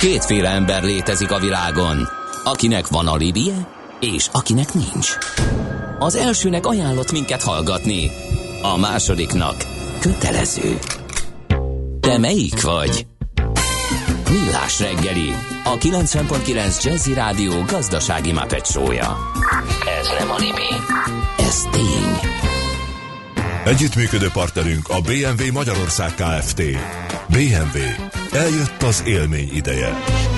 Kétféle ember létezik a világon, akinek van alibije, és akinek nincs. Az elsőnek ajánlott minket hallgatni, a másodiknak kötelező. Te melyik vagy? Millás reggeli, a 90.9 Jazzy Rádió gazdasági Muppet show-ja. Ez nem anime, ez tény. Együttműködő partnerünk a BMW Magyarország Kft. BMW. Eljött az élmény ideje.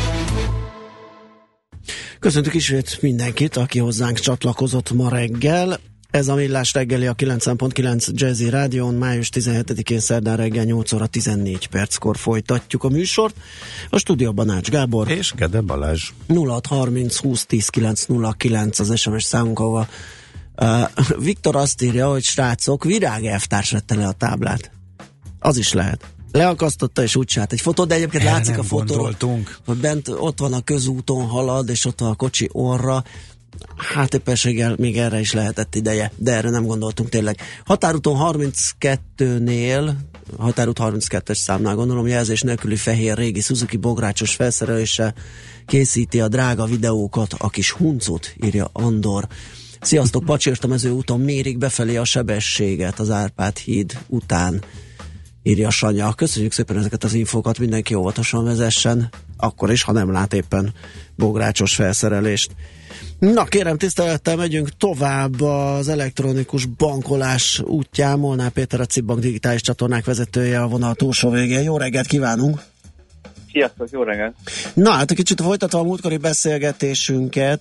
Köszöntük ismét mindenkit, aki hozzánk csatlakozott ma reggel. Ez a Millás reggeli a 90.9 Jazzy Rádión, május 17-én szerdán reggel 8 óra 14 perckor folytatjuk a műsort. A stúdióban Ács Gábor és Gede Balázs. 0630 20 10 909 az SMS számunk, ahol Viktor azt írja, hogy srácok, Virág elvtárs vette le a táblát. Az is lehet. Leakasztotta és úgy csinált egy fotót, de egyébként erre látszik a fotóról, hogy bent ott van a közúton halad, és ott van a kocsi orra. Hát éppenséggel még erre is lehetett ideje, de erre nem gondoltunk tényleg. Határúton 32-nél, Határút 32-es számnál gondolom, jelzés nélküli fehér régi Suzuki bográcsos felszereléssel készíti a drága videókat a kis huncut, írja Andor. Sziasztok, Pacsirtamező úton mérik befelé a sebességet az Árpád híd után, írja Sanya. Köszönjük szépen ezeket az infókat, mindenki óvatosan vezessen, akkor is, ha nem lát éppen bográcsos felszerelést. Na kérem, tisztelettel megyünk tovább az elektronikus bankolás útján. Molnár Péter, a CIP Bank digitális csatornák vezetője a vonal túlsó végén. Jó reggelt kívánunk! Sziasztok, jó reggelt! Na hát egy kicsit folytatva a múltkori beszélgetésünket,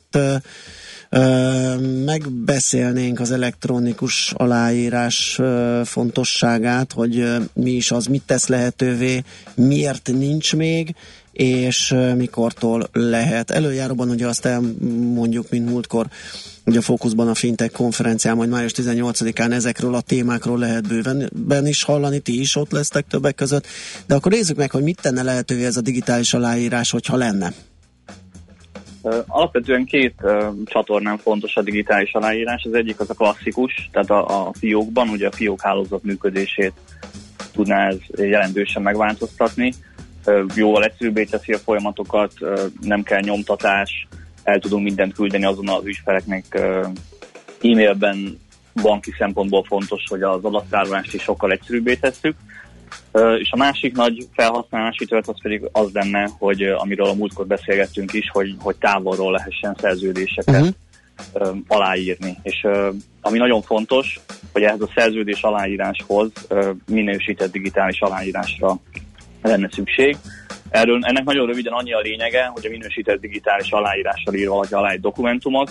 megbeszélnénk az elektronikus aláírás fontosságát, hogy mi is az, mit tesz lehetővé, miért nincs még, és mikortól lehet. Előjáróban ugye azt elmondjuk, mint múltkor, hogy a Fókuszban a Fintech konferencián majd május 18-án ezekről a témákról lehet bőven is hallani, ti is ott lesztek többek között, de akkor nézzük meg, hogy mit tenne lehetővé ez a digitális aláírás, hogyha lenne. Alapvetően két csatornán fontos a digitális aláírás. Az egyik az a klasszikus, tehát a fiókban, ugye a fiók hálózat működését tudná ez jelentősen megváltoztatni. Jóval egyszerűbbé teszi a folyamatokat, nem kell nyomtatás, el tudunk mindent küldeni azonnal az ügyfeleknek e-mailben. Banki szempontból fontos, hogy az adattárolást is sokkal egyszerűbbé tesszük. És a másik nagy felhasználási terület az pedig az lenne, hogy amiről a múltkor beszélgettünk is, hogy távolról lehessen szerződéseket aláírni. És ami nagyon fontos, hogy ehhez a szerződés aláíráshoz minősített digitális aláírásra lenne szükség. Ennek nagyon röviden annyi a lényege, hogy a minősített digitális aláírással ír valaki alá egy dokumentumot,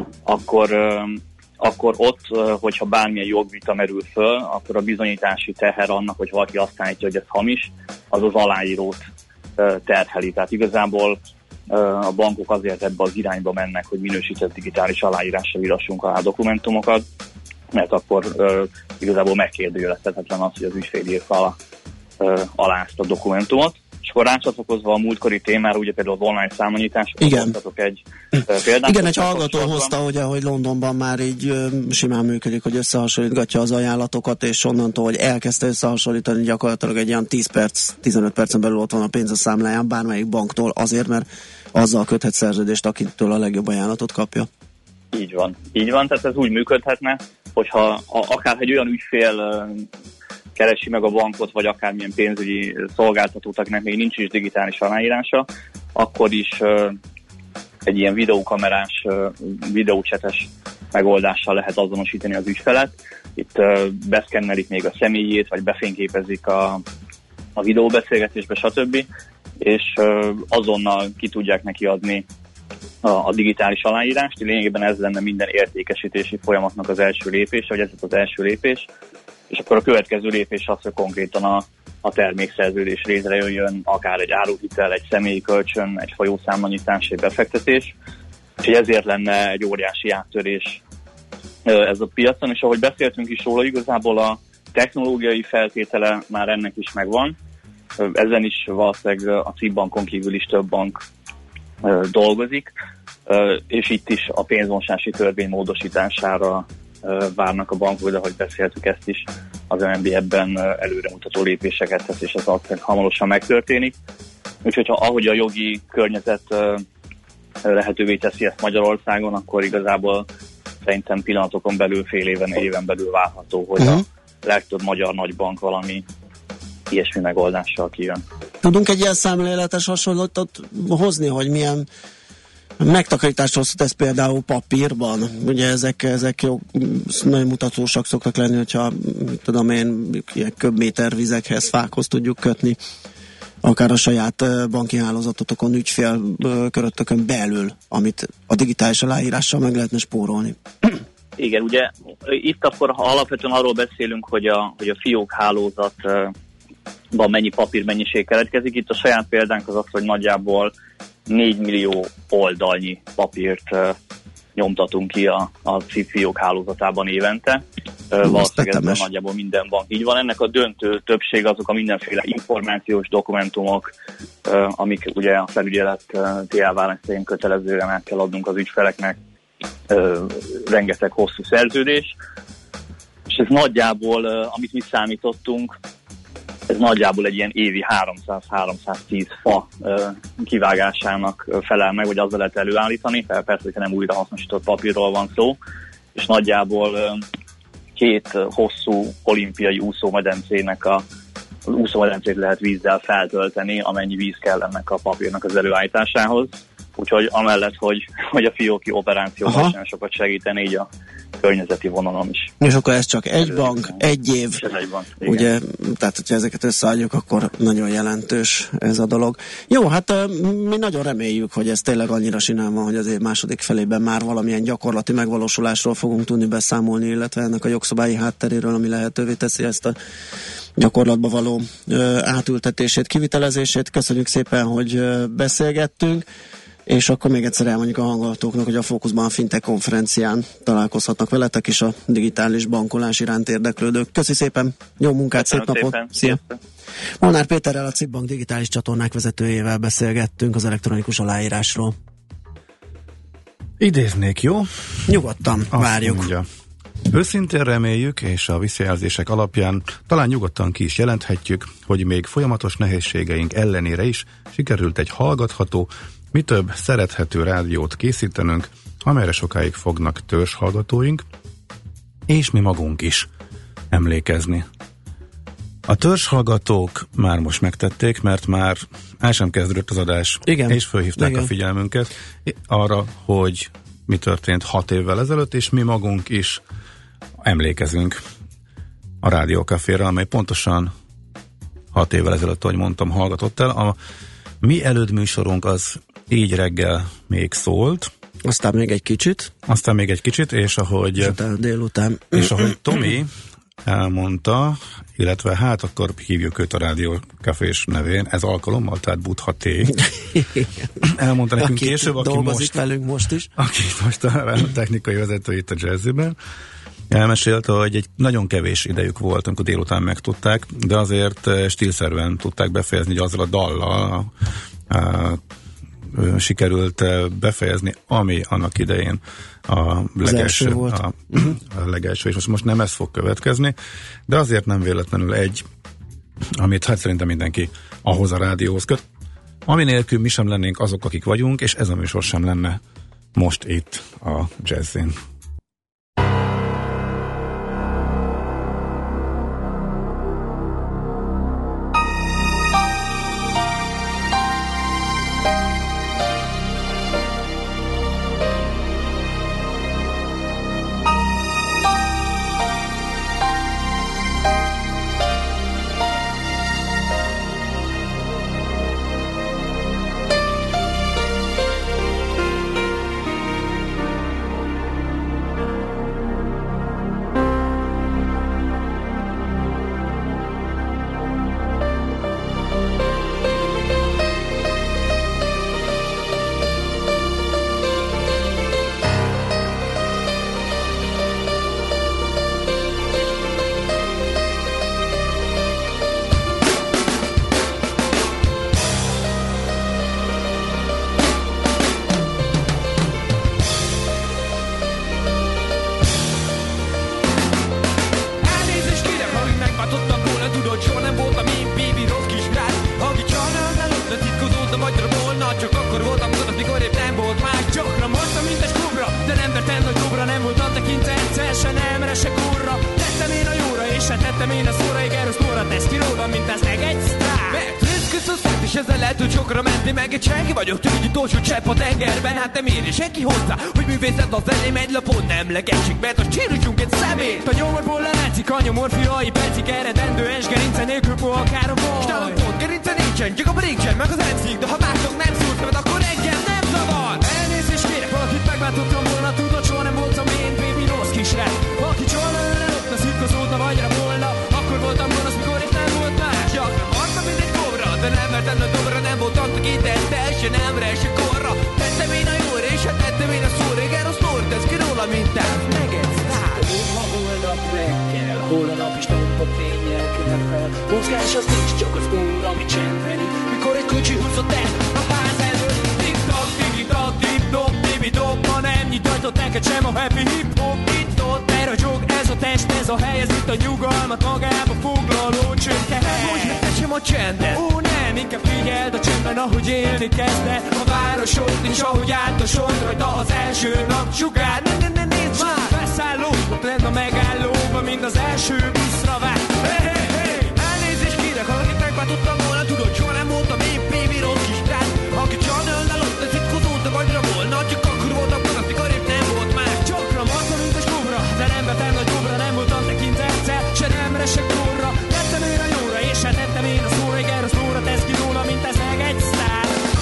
akkor ott, hogyha bármilyen jogvita merül föl, akkor a bizonyítási teher annak, hogy valaki azt állítja, hogy ez hamis, az az aláírót terheli. Tehát igazából a bankok azért ebbe az irányba mennek, hogy minősített digitális aláírással írassunk alá dokumentumokat, mert akkor igazából megkérdőjelezhetetlen az, hogy az ügyfél írta alá ezt a dokumentumot. És akkor rácsatlakozva a múltkori témára, ugye például az online számlanyításokon hoztatok egy példát. Igen, egy hallgató hozta, ugye, hogy Londonban már így simán működik, hogy összehasonlítgatja az ajánlatokat, és onnantól, hogy elkezdte összehasonlítani, gyakorlatilag egy ilyen 10 perc, 15 percen belül ott van a pénz a számláján bármelyik banktól, azért, mert azzal köthet szerződést, akitől a legjobb ajánlatot kapja. Így van, tehát ez úgy működhetne, hogyha akár egy olyan ügyfél keresi meg a bankot, vagy akármilyen pénzügyi szolgáltatót, akinek még nincs is digitális aláírása, akkor is egy ilyen videókamerás, videócsetes megoldással lehet azonosítani az ügyfelet. Itt beszkennelik még a személyét, vagy befényképezik a videóbeszélgetésbe, stb. És azonnal ki tudják neki adni a digitális aláírást. Lényegében ez lenne minden értékesítési folyamatnak az első lépés, vagy ez az első lépés. És akkor a következő lépés az, hogy konkrétan a termékszerződés létrejöjjön, akár egy áruhitel, egy személyi kölcsön, egy folyószámlanyítás, egy befektetés. Úgyhogy ezért lenne egy óriási áttörés ez a piacon, és ahogy beszéltünk is róla, igazából a technológiai feltétele már ennek is megvan. Ezen is valószínűleg a CIP Bankon kívül is több bank dolgozik, és itt is a pénzmosási törvény módosítására várnak a bankok, de ahogy beszéltük ezt is, az MNB ebben előremutató lépéseket tesz, és ez valószínűleg hamarosan megtörténik. Úgyhogy ahogy a jogi környezet lehetővé teszi ezt Magyarországon, akkor igazából szerintem pillanatokon belül, fél éven, éven belül várható, hogy a legtöbb magyar nagybank valami ilyesmi megoldással kijön. Tudunk egy ilyen szemléletes hasonlatot hozni, hogy milyen megtakarításhoz tesz például papírban? Ugye ezek jó, nagyon mutatósak szoktak lenni, hogyha tudom én, ilyen köbméter vizekhez, fákhoz tudjuk kötni, akár a saját banki hálózatotokon, ügyfélköröttökön belül, amit a digitális aláírással meg lehetne spórolni. Igen, ugye itt akkor alapvetően arról beszélünk, hogy a fiók hálózatban mennyi papírmennyiség keletkezik. Itt a saját példánk az az, hogy nagyjából 4 millió oldalnyi papírt nyomtatunk ki a CIP fiók hálózatában évente. Valószínűleg ez nagyjából minden bank így van. Ennek a döntő többség azok a mindenféle információs dokumentumok, amik ugye a felügyeleti elvárás szerint kötelezően át kell adnunk az ügyfeleknek, rengeteg hosszú szerződés. És ez nagyjából, amit mi számítottunk, ez nagyjából egy ilyen évi 300-310 fa kivágásának felel meg, vagy azzal lehet előállítani. Persze, hogyha nem újra hasznosított papírról van szó, és nagyjából 2 hosszú olimpiai úszómedencének az úszómedencét lehet vízzel feltölteni, amennyi víz kell ennek a papírnak az előállításához. Úgyhogy amellett, hogy a fióki operációban nagyon sokat segíteni, így a környezeti vonalon is. És akkor ez csak egy bank, egy év. Ugye, tehát hogyha ezeket összeadjuk, akkor nagyon jelentős ez a dolog. Jó, hát mi nagyon reméljük, hogy ez tényleg annyira sinán van, hogy az év második felében már valamilyen gyakorlati megvalósulásról fogunk tudni beszámolni, illetve ennek a jogszabályi hátteréről, ami lehetővé teszi ezt a gyakorlatba való átültetését, kivitelezését. Köszönjük szépen, hogy beszélgettünk. És akkor még egyszer elmondjuk a hallgatóknak, hogy a Fókuszban a Fintech konferencián találkozhatnak veletek is a digitális bankolás iránt érdeklődők. Köszi szépen, jó munkát, szép napot! Szia! Molnár Péterrel, a CIP Bank digitális csatornák vezetőjével beszélgettünk az elektronikus aláírásról. Idéznék, jó? Nyugodtan, azt várjuk. Mondja. Őszintén reméljük, és a visszajelzések alapján talán nyugodtan ki is jelenthetjük, hogy még folyamatos nehézségeink ellenére is sikerült egy hallgatható, mi több szerethető rádiót készítenünk, amelyre sokáig fognak törzshallgatóink, és mi magunk is emlékezni. A törzshallgatók már most megtették, mert már el sem kezdődött az adás, igen, és felhívták a figyelmünket arra, hogy mi történt 6 évvel ezelőtt, és mi magunk is emlékezünk a Rádió Cafére, amely pontosan 6 évvel ezelőtt, ahogy mondtam, hallgatott el. A mi elődműsorunk az így reggel még szólt. Aztán még egy kicsit. És ahogy délután. És ahogy Tomi elmondta, illetve hát akkor hívjuk őt a Rádió Cafés nevén, ez alkalommal, tehát Butha T. Elmondta nekünk később, aki dolgozik velünk most is. Aki most a technikai vezető itt a Jazzyben. Elmesélte, hogy egy nagyon kevés idejük volt, amikor délután megtudták, de azért stílszerűen tudták befejezni, hogy azzal a dallal sikerült befejezni, ami annak idején a legelső volt. A legelső, és most nem ez fog következni, de azért nem véletlenül egy, amit hát szerintem mindenki ahhoz a rádióhoz köt, ami nélkül mi sem lennénk azok, akik vagyunk, és ez a műsor sem lenne most itt a Jazzin. volna, csak akkor voltam gonosz, mikor épp nem volt más. Gyakran mondtam, mint egy kobra, de nem vertem nagy dobra, nem voltam tekintettel, se nemre, se kurra. Tettem én a jóra, és se tettem én a szóra, igen, rossz óra tesz ki rólam, mint ez meg egy sztár. Mert röszköszösszett, és ezzel lehet, hogy sokra menni, meg egy senki vagyok, tűnj utolsó csepp a tengerben, hát nem ér senki hozzá, hogy művészet az elém egy lapon nem legessük, mert azt csírusunk egy szemét. A nyomorból lelátszik, a nyomorfiai percig eredendő, és gerince nélkül pohakára baj. S nálam pont gerince nincsen, csak a breakcsen, meg az encik, de ha mások nem szúrt meg, akkor engem nem zavar. Elnézést kérek, valakit megváltottam volna, tudod, soha nem voltam én, baby, rossz kisrác. Aki csalna előtt, a szűközódna vagyra volna, akkor voltam gonosz, mikor itt nem volt más. Gyakran harcban, mint egy kobra, de nem vertem a dobra, nem voltam tekintettel, se nemre, se korra. Tettem én a jóra, és hát tettem én a szóra, igen, rossz óra tesz ki róla, mint tánc, meg egy sztár. Ha holnap reggel, hol a nap is dobba fényel követ fel. Mozgás az nincs, csak az óra, ami csendben itt, mikor egy kocsi húzott el a ház előtt. Tik-tak, tiki-tak, tip-top, tibi-top, ma nem nyit ajtót neked sem a happy hip-hop. Itt-ott elragyog ez a test, ez a hely, ez itt a nyugalmat magába foglaló csönke hely. Most meg te sem a csendet. Ó, nem, inkább figyeld a csendben, ahogy élni kezdte. A városod nincs, ahogy átosod rajta az első nap sugár. Ne, nézd már! Beszálló, ott lent a megállóba, mind az első buszra vár. Hey! Elnézést kérek, akit megváltottam volna, tudod, soha nem voltam én, baby, rossz kis rác. Aki csalnál ott, ez itt kozóta vagyra volna, csak akkor voltam gonosz, mikor épp nem volt más. Gyakran martam, mint egy kobra, de nem vettem nagy dobra, nem voltam tekintettel, se nemre, se korra. Tettem én a jóra, és se tettem én a szóra, igen, rossz óra tesz ki róla, mint ez meg egy sztár.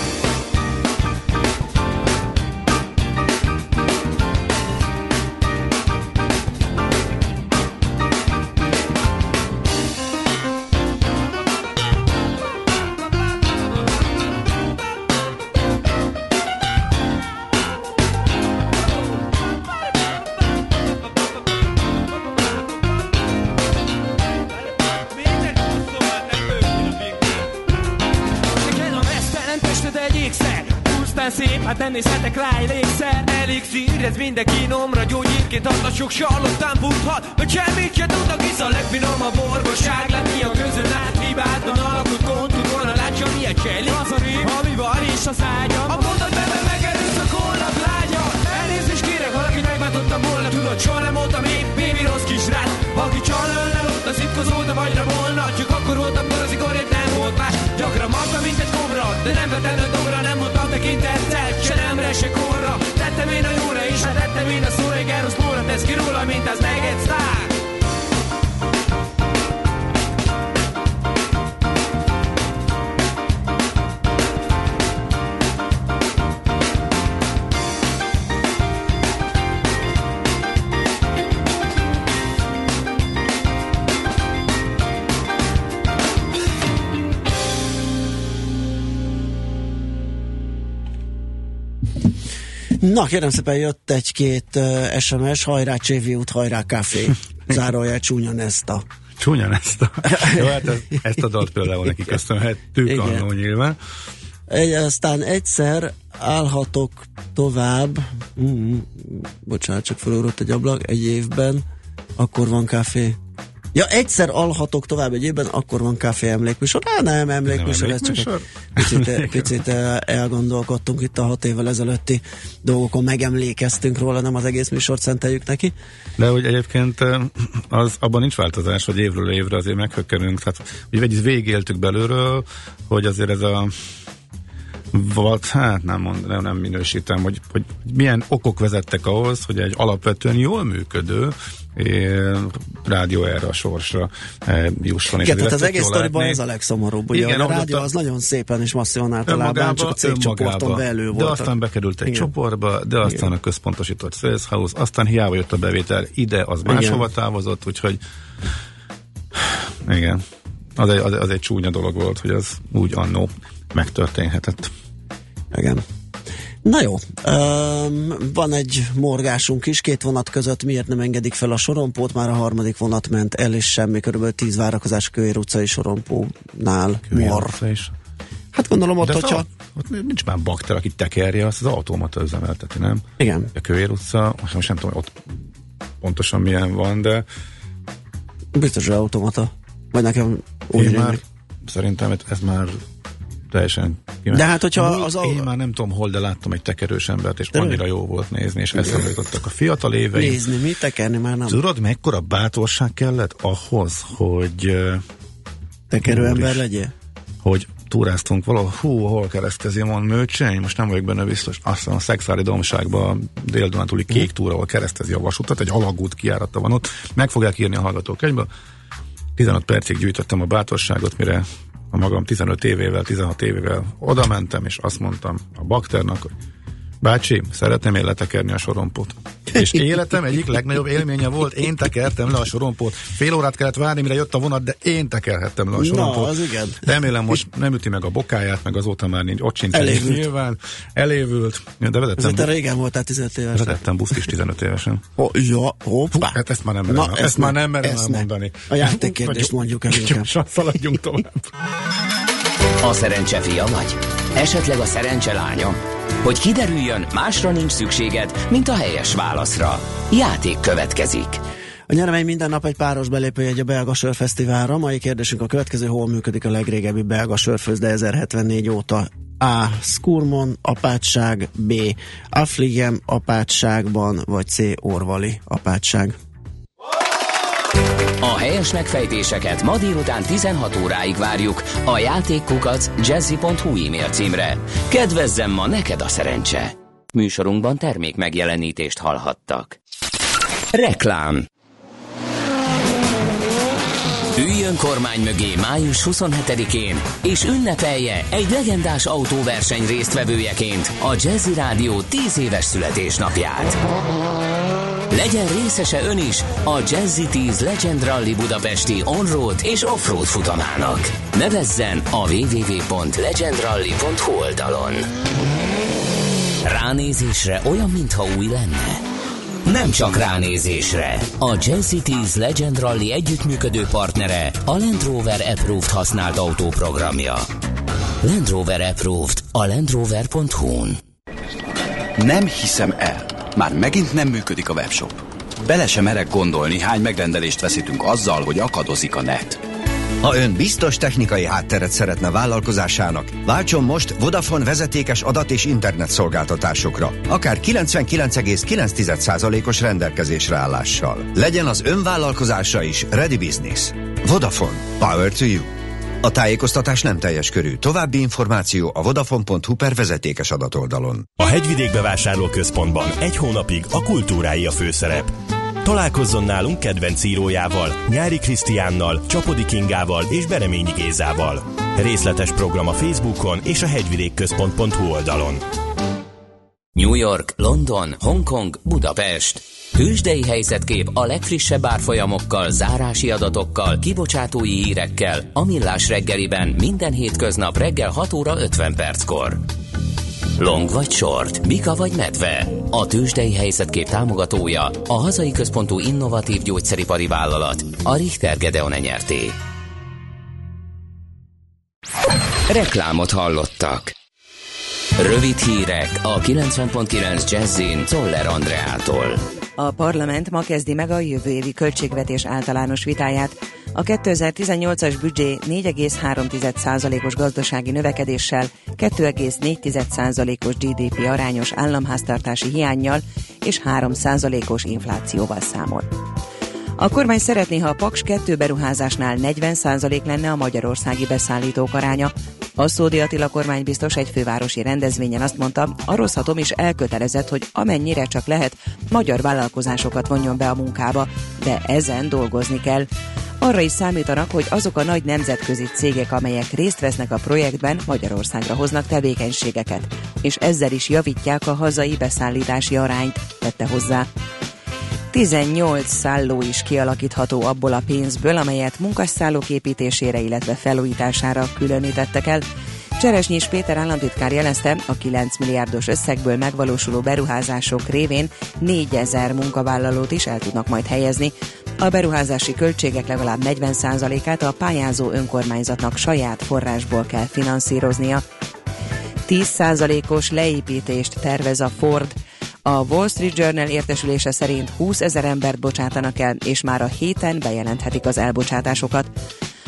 Szép, hát nem nézhetek rá elégszer. Elixír, ez mindenki nomra gyógyírként hat, a sok sarlatán futhat, mert semmit se tudnak, hisz a legfinomabb orvosság lett mi a közön át, hibátlan alakult kontúron, a látja milyen cselik. Az a rém, ami van és az ágyam. A mondat bebe megerőszakolnak lágya. Elnézést kérek, valaki megváltottam volna, tudod, soha nem voltam én, baby, rossz kis rác. Aki csalna ott, az itkozódna vagyra volna, csak akkor voltam gonosz, mikor épp nem volt más. Gyakran martam, mint egy kobra, de nem vettem a dobra, nem voltam tekintettel, se nemre, se korra. Tettem én a jóra, és hát tettem én a szóra, igen, rossz óra tesz ki róla, mint az meg egy sztár. Na, kérem szépen, jött egy-két SMS, hajrá Csévi út, hajrá kávé, zárójel Csúnya Nesta. Csúnya Nesta. Jó, hát ezt a dalt például neki köszönhettük annó nyilván. Aztán egyszer állhatok tovább, bocsánat, csak felugrott egy ablak, egy évben, akkor van kávé. Ja, egyszer alhatok tovább egy évben, akkor van kávé emlékműsor. Nem emlékműsor, ez csak picit elgondolkodtunk itt a 6 évvel ezelőtti dolgokon, megemlékeztünk róla, nem az egész műsort szenteljük neki. De hogy egyébként abban nincs változás, hogy évről évre azért meghökkenünk, tehát ugye végigéltük belülről, hogy azért ez a hát nem minősítem, hogy milyen okok vezettek ahhoz, hogy egy alapvetően jól működő rádió erre a sorsra jusson. Igen, tehát az egész sztoriban ez a legszomorúbb. Ugye, igen, a rádió az nagyon szépen és masszívan általában csak a cégcsoporton belül volt. De aztán bekerült egy csoportba, de aztán a központosított Sales House, aztán hiába jött a bevétel ide, az máshova távozott, úgyhogy igen, az egy csúnya dolog volt, hogy az úgy annó megtörténhetett. Igen. Na jó, van egy morgásunk is, 2 vonat között miért nem engedik fel a sorompót, már a 3. vonat ment el, és semmi, körülbelül 10 várakozás Kőér utcai sorompónál. Hát gondolom ott, hogyha... Ott nincs már bakter, aki tekerje, azt az automata üzemelteti, nem? Igen. A Kőér utca, most nem tudom, ott pontosan milyen van, de... Biztos, hogy automata. Vagy nekem úgy már szerintem ez már teljesen De hát, hogyha én már nem tudom hol, de láttam egy tekerős embert, és annyira jó volt nézni, és eszembe jutottak a fiatal éveim. Nézni, mit tekerni már nem. Tudod, mekkora bátorság kellett ahhoz, hogy tekerő ember legyél? Hogy túráztunk valahol, hol keresztezi, mond Mőcsény, most nem vagyok benne biztos, azt hiszem a Szexári Dombságban a Dél-Dunántúli kék túra, ahol keresztezi a vasutat, egy alagút kijárata van ott, meg fogják írni a hallgatók egyből. 15 percig gyűjtöttem a bátorságot, mire a magam 15 évével, 16 évével oda mentem, és azt mondtam a bakternak, hogy bácsi, szeretném én letekerni a sorompót. És életem egyik legnagyobb élménye volt, én tekertem le a sorompót. Fél órát kellett várni, mire jött a vonat, de én tekerhettem le a sorompót. Na, az igen. Remélem most nem üti meg a bokáját, meg azóta már nincs, ott sincs. Nyilván elévült. De vezettem. Te régen voltál 15 évesen. Vezettem buszt is 15 évesen. Hoppá. Hát ezt már nem merem, ezt már nem merem elmondani. A játékkérdést mondjuk el. Gyorsan szaladjunk tovább. A szerencse fia vagy? Esetleg a szerencse lánya? Hogy kiderüljön, másra nincs szükséged, mint a helyes válaszra. Játék következik. A nyeremény minden nap egy páros belépőjegy a Belga Sörfesztiválra. Mai kérdésünk a következő: hol működik a legrégebbi belga sörfőzde 1074 óta? A. Skurmon apátság, B. Affligem apátságban, vagy C. Orvali apátság. A helyes megfejtéseket ma délután 16 óráig várjuk a játékkukac jazzy.hu e-mail címre. Kedvezzem ma neked a szerencse! Műsorunkban termék megjelenítést hallhattak. Reklám. Üljön kormány mögé május 27-én, és ünnepelje egy legendás autóverseny résztvevőjeként a Jazzy Rádió 10 éves születésnapját. Legyen részese ön is a Jazzy 10 Legend Rally Budapesti on-road és off-road futamának. Nevezzen a www.legendrally.hu oldalon. Ránézésre olyan, mintha új lenne. Nem csak ránézésre. A Jazzy 10 Legend Rally együttműködő partnere a Land Rover Approved használt autóprogramja. Land Rover Approved a landrover.hu-n. Nem hiszem el. Már megint nem működik a webshop. Bele sem merek gondolni, hány megrendelést veszítünk azzal, hogy akadozik a net. Ha ön biztos technikai hátteret szeretne vállalkozásának, váltson most Vodafone vezetékes adat- és internet szolgáltatásokra, akár 99,9%-os rendelkezésre állással. Legyen az ön vállalkozása is ready business. Vodafone. Power to you. A tájékoztatás nem teljes körű. További információ a vodafone.hu per vezetékes adatoldalon. A Hegyvidék bevásárlóközpontban egy hónapig a kultúrái a főszerep. Találkozzon nálunk kedvenc írójával, Nyári Krisztiánnal, Csapodi Kingával és Bereményi Gézával. Részletes program a Facebookon és a hegyvidékközpont.hu oldalon. New York, London, Hongkong, Budapest. Tőzsdei helyzetkép a legfrissebb árfolyamokkal, zárási adatokkal, kibocsátói hírekkel a Millás reggeliben minden hétköznap reggel 6 óra 50 perckor. Long vagy short, bika vagy medve. A tőzsdei helyzetkép támogatója a hazai központú innovatív gyógyszeripari vállalat, a Richter Gedeon Nyrt. Reklámot hallottak. Rövid hírek a 90.9 Jazzin Czoller Andreától. A parlament ma kezdi meg a jövő évi költségvetés általános vitáját. A 2018-as büdzsé 4,3%-os gazdasági növekedéssel, 2,4%-os GDP arányos államháztartási hiánnyal és 3%-os inflációval számol. A kormány szeretné, ha a Paks 2 beruházásnál 40% lenne a magyarországi beszállítók aránya. A Szódi Attila kormánybiztos egy fővárosi rendezvényen azt mondta, a Rosszatom is elkötelezett, hogy amennyire csak lehet, magyar vállalkozásokat vonjon be a munkába, de ezen dolgozni kell. Arra is számítanak, hogy azok a nagy nemzetközi cégek, amelyek részt vesznek a projektben, Magyarországra hoznak tevékenységeket, és ezzel is javítják a hazai beszállítási arányt, tette hozzá. 18 szálló is kialakítható abból a pénzből, amelyet munkásszállók építésére, illetve felújítására különítettek el. Cseresnyis Péter államtitkár jelezte, a 9 milliárdos összegből megvalósuló beruházások révén 4000 munkavállalót is el tudnak majd helyezni. A beruházási költségek legalább 40%-át a pályázó önkormányzatnak saját forrásból kell finanszíroznia. 10%-os leépítést tervez a Ford. A Wall Street Journal értesülése szerint 20 000 embert bocsátanak el, és már a héten bejelenthetik az elbocsátásokat.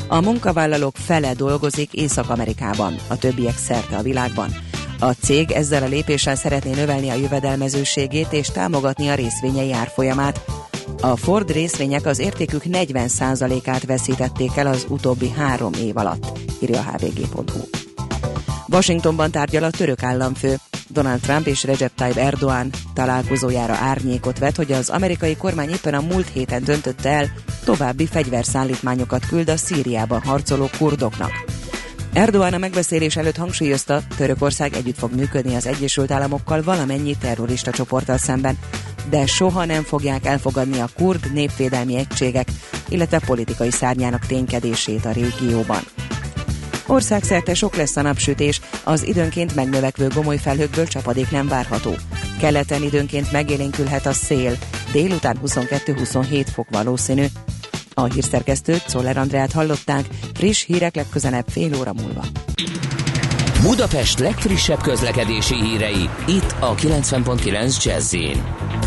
A munkavállalók fele dolgozik Észak-Amerikában, a többiek szerte a világban. A cég ezzel a lépéssel szeretné növelni a jövedelmezőségét és támogatni a részvényei árfolyamát. A Ford részvények az értékük 40%-át veszítették el az utóbbi 3 év alatt, írja a hvg.hu. Washingtonban tárgyal a török államfő. Donald Trump és Recep Tayyip Erdoğan találkozójára árnyékot vet, hogy az amerikai kormány éppen a múlt héten döntötte el, további fegyverszállítmányokat küld a Szíriában harcoló kurdoknak. Erdoğan a megbeszélés előtt hangsúlyozta, Törökország együtt fog működni az Egyesült Államokkal valamennyi terrorista csoporttal szemben, de soha nem fogják elfogadni a kurd népvédelmi egységek, illetve politikai szárnyának ténykedését a régióban. Országszerte sok lesz a napsütés, az időnként megnövekvő gomoly felhőkből csapadék nem várható. Keleten időnként megélénkülhet a szél, délután 22-27 fok valószínű. A hírszerkesztőt, Czoller Andreát hallották, friss hírek legközelebb fél óra múlva. Budapest legfrissebb közlekedési hírei, itt a 90.9 Jazz-in.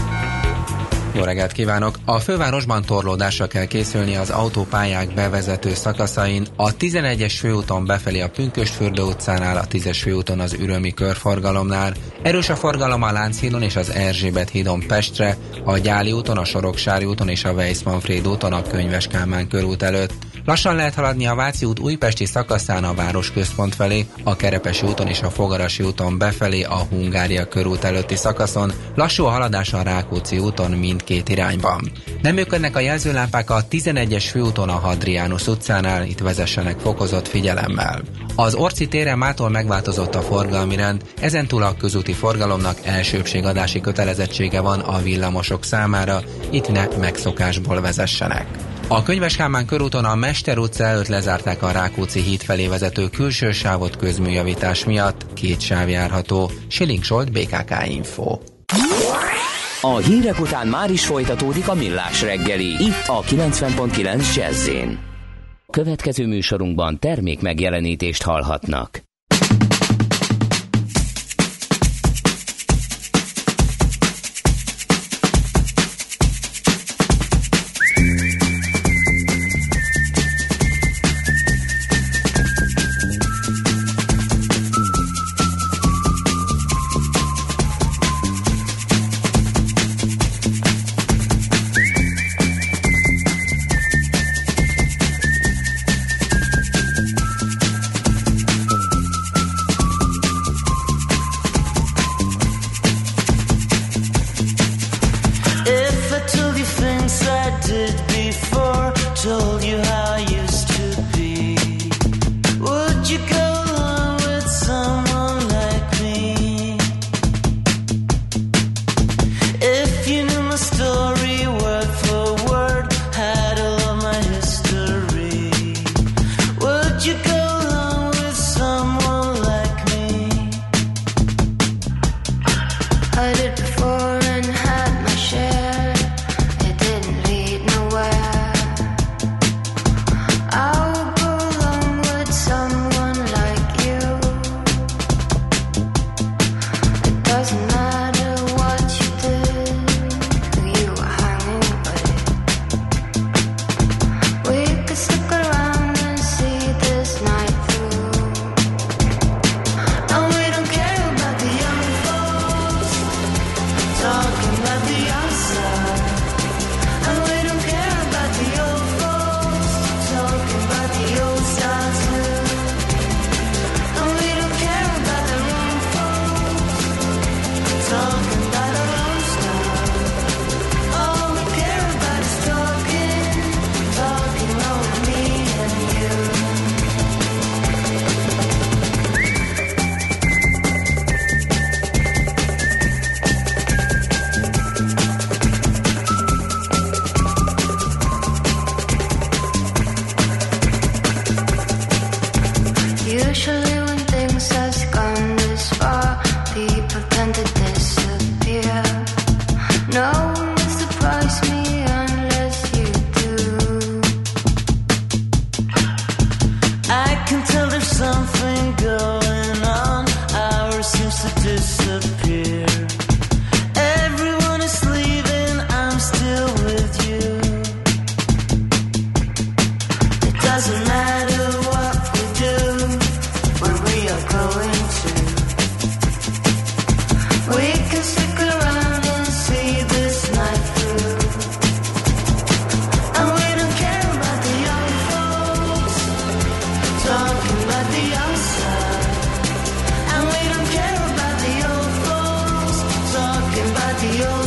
Jó reggelt kívánok! A fővárosban torlódásra kell készülni az autópályák bevezető szakaszain, a 11-es főúton befelé a Pünkösdfürdő utcánál, a 10-es főúton az Ürömi körforgalomnál. Erős a forgalom a Lánchídon és az Erzsébet hídon Pestre, a Gyáli úton, a Soroksári úton és a Weiss-Manfréd úton a Könyves Kálmán körút előtt. Lassan lehet haladni a Váci út újpesti szakaszán a városközpont felé, a Kerepesi úton és a Fogarasi úton befelé a Hungária körút előtti szakaszon, lassú a haladás a Rákóczi úton mindkét irányban. Nem működnek a jelzőlámpák a 11-es főúton a Hadrianus utcánál, itt vezessenek fokozott figyelemmel. Az Orci téren mától megváltozott a forgalmi rend, ezentúl a közúti forgalomnak elsőbbségadási kötelezettsége van a villamosok számára, itt ne megszokásból vezessenek. A Könyves Kálmán körúton a Mester utca előtt lezárták a Rákóczi híd felé vezető külső sávot közműjavítás miatt, 2 sáv járható. Schilling Zsolt, BKK Info. A hírek után már is folytatódik a Millás reggeli, itt a 90.9 Jazz-in. Következő műsorunkban termék megjelenítést hallhatnak. Doesn't matter.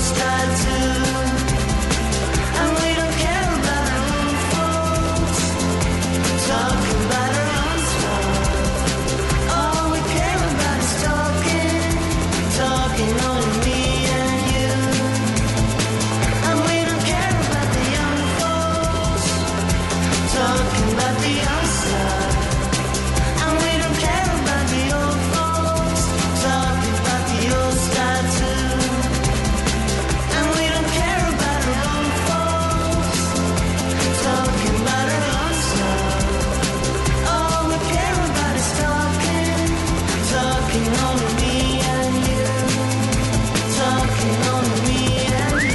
style too. And we don't care about our own faults, talking about our own stuff. All we care about is talking, talking only me and you. And we don't care about the young folks, talking about the young stuff. And we don't care about the old folks, talking about the old style too. And we don't care about our own folks, talking about our own stuff. All we care about is talking, talking only me and you, talking only me and you.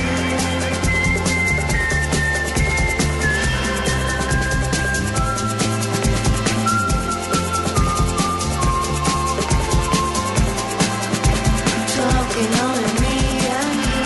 Talking only me and you.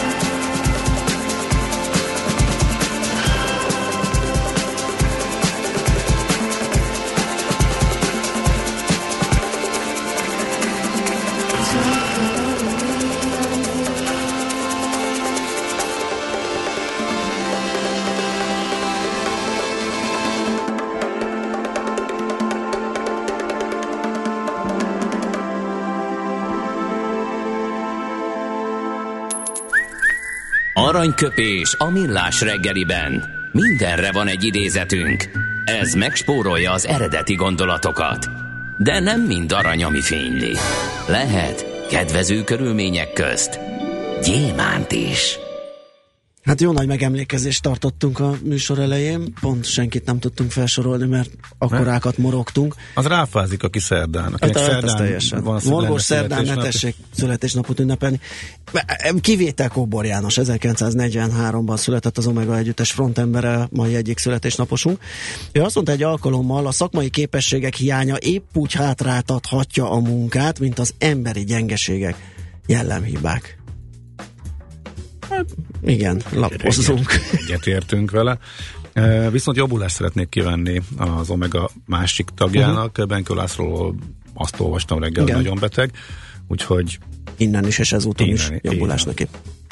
Aranyköpés a millás reggeliben. Mindenre van egy idézetünk. Ez megspórolja az eredeti gondolatokat. De nem mind arany, ami fényli. Lehet kedvező körülmények közt gyémánt is. Hát jó nagy megemlékezést tartottunk a műsor elején, pont senkit nem tudtunk felsorolni, mert akkorákat morogtunk. Az ráfázik, aki szerdán. Akinek szerdán van morgós szerdán ne tessék születésnapot ünnepelni. Kivétel Kóbor János, 1943-ban született, az Omega együttes frontembere, mai egyik születésnaposunk. Ő azt mondta egy alkalommal, a szakmai képességek hiánya épp úgy hátráltathatja a munkát, mint az emberi gyengeségek, jellemhibák. Hát, igen, lapozzunk. Egyetértünk vele. Viszont jobbulást szeretnék kívánni az Omega másik tagjának. Benkő Lászlóról azt olvastam reggel, igen, nagyon beteg. Úgyhogy innen is és ezúton is jobbulás neki.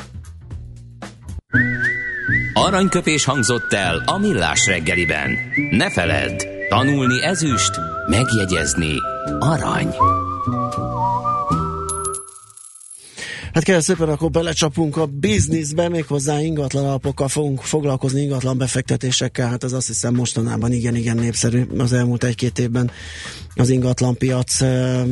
Aranyköpés hangzott el a millás reggeliben. Ne feledd, tanulni ezüst, megjegyezni arany. Hát kérlek szépen, akkor belecsapunk a bizniszbe, méghozzá ingatlan alapokkal fogunk foglalkozni, ingatlan befektetésekkel. Hát ez azt hiszem mostanában igen népszerű az elmúlt egy-két évben. Az ingatlanpiac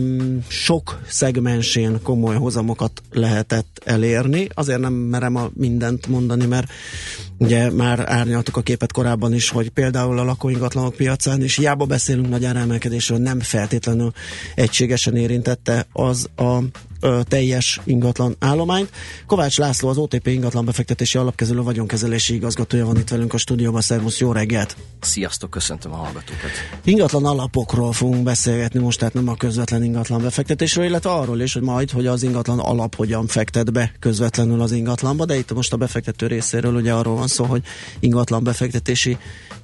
sok szegmensén komoly hozamokat lehetett elérni. Azért nem merem mindent mondani, mert ugye már árnyaltuk a képet korábban is, hogy például a lakóingatlanok piacán is hiába beszélünk nagy áremelkedésről, nem feltétlenül egységesen érintette az a teljes ingatlan állományt. Kovács László, az OTP ingatlan befektetési alapkezelő vagyonkezelési igazgatója van itt velünk a stúdióban. Szervusz, jó reggelt! Sziasztok, köszöntöm a hallgatókat! Ingatlan alapokról fogunk beszélgetni most, tehát nem a közvetlen ingatlan befektetésről, illetve arról is, hogy majd, hogy az ingatlan alap hogyan fektet be közvetlenül az ingatlanba, de itt most a befektető részéről ugye arról van szó, hogy ingatlan befektetési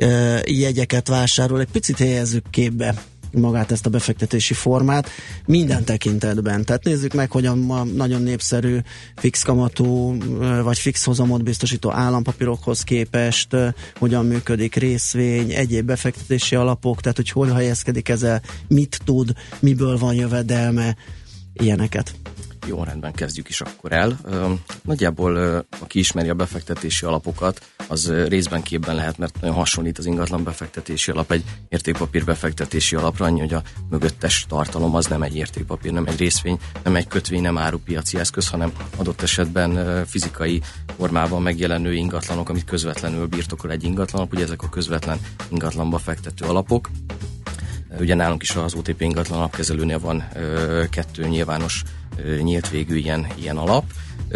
jegyeket vásárol. Egy picit helyezzük képbe magát ezt a befektetési formát minden tekintetben. Tehát nézzük meg, hogy a nagyon népszerű fix kamatú vagy fix hozamot biztosító állampapírokhoz képest hogyan működik részvény, egyéb befektetési alapok, tehát hogy hol helyezkedik ezzel, mit tud, miből van jövedelme, ilyeneket. Jó, rendben, kezdjük is akkor el. Nagyjából, aki ismeri a befektetési alapokat, az részben képben lehet, mert nagyon hasonlít az ingatlan befektetési alap egy értékpapír befektetési alapra, annyi, hogy a mögöttes tartalom az nem egy értékpapír, nem egy részvény, nem egy kötvény, nem árupiaci eszköz, hanem adott esetben fizikai formában megjelenő ingatlanok, amit közvetlenül birtokol egy ingatlan alap, ugye ezek a közvetlen ingatlanba fektető alapok. Ugye nálunk is az OTP ingatlan alapkezelőnél van 2 nyilvános nyílt végű ilyen alap.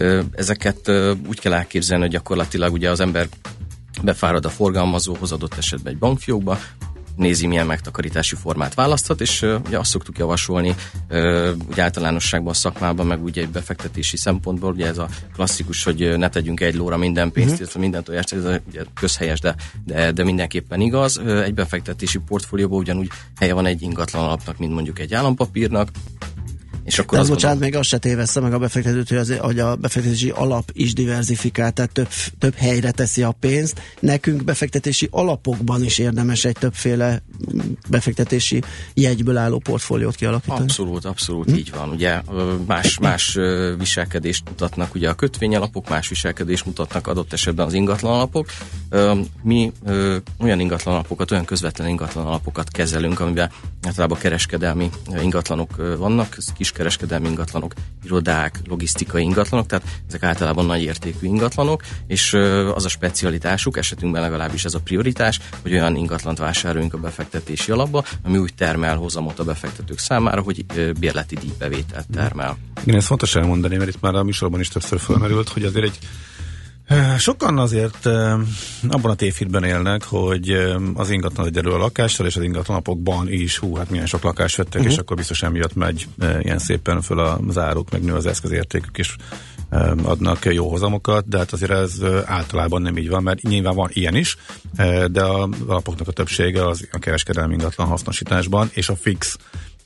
Ezeket úgy kell elképzelni, hogy gyakorlatilag ugye az ember befárad a forgalmazóhoz, adott esetben egy bankfiókba, nézi, milyen megtakarítási formát választhat, és ugye azt szoktuk javasolni ugye általánosságban a szakmában, meg ugye egy befektetési szempontból, ugye ez a klasszikus, hogy ne tegyünk egy lóra minden pénzt, illetve minden tojást, ez ugye közhelyes, de mindenképpen igaz. Egy befektetési portfólióban ugyanúgy helye van egy ingatlan alapnak, mint mondjuk egy állampapírnak, És akkor de bocsánat, még azt se tévessze meg a befektetőt, hogy a befektetési alap is diverzifikált, tehát több helyre teszi a pénzt. Nekünk befektetési alapokban is érdemes egy többféle befektetési jegyből álló portfóliót kialakítani. Abszolút így van. Ugye más viselkedést mutatnak ugye a kötvényalapok, más viselkedést mutatnak adott esetben az ingatlan alapok. Mi olyan ingatlan alapokat, olyan közvetlen ingatlan alapokat kezelünk, amiben általában kereskedelmi ingatlanok vannak, kiskereskedelmi ingatlanok, irodák, logisztikai ingatlanok, tehát ezek általában nagy értékű ingatlanok, és az a specialitásuk, esetünkben legalábbis ez a prioritás, hogy olyan ingatlant vásároljunk a befektetési alapba, ami úgy termel hozamot a befektetők számára, hogy bérleti díjbevételt termel. Igen, ez fontos elmondani, mert itt már a műsorban is többször felmerült, hogy azért sokan azért abban a tévhitben élnek, hogy az ingatlan egyedül a lakással, és az ingatlanapokban is, hát milyen sok lakást vettek, és akkor biztos emiatt megy ilyen szépen föl az áruk, meg nő az eszközértékük, és adnak jó hozamokat, de hát azért ez általában nem így van, mert nyilván van ilyen is, de a alapoknak a többsége az a kereskedelmi ingatlan hasznosításban, és a fix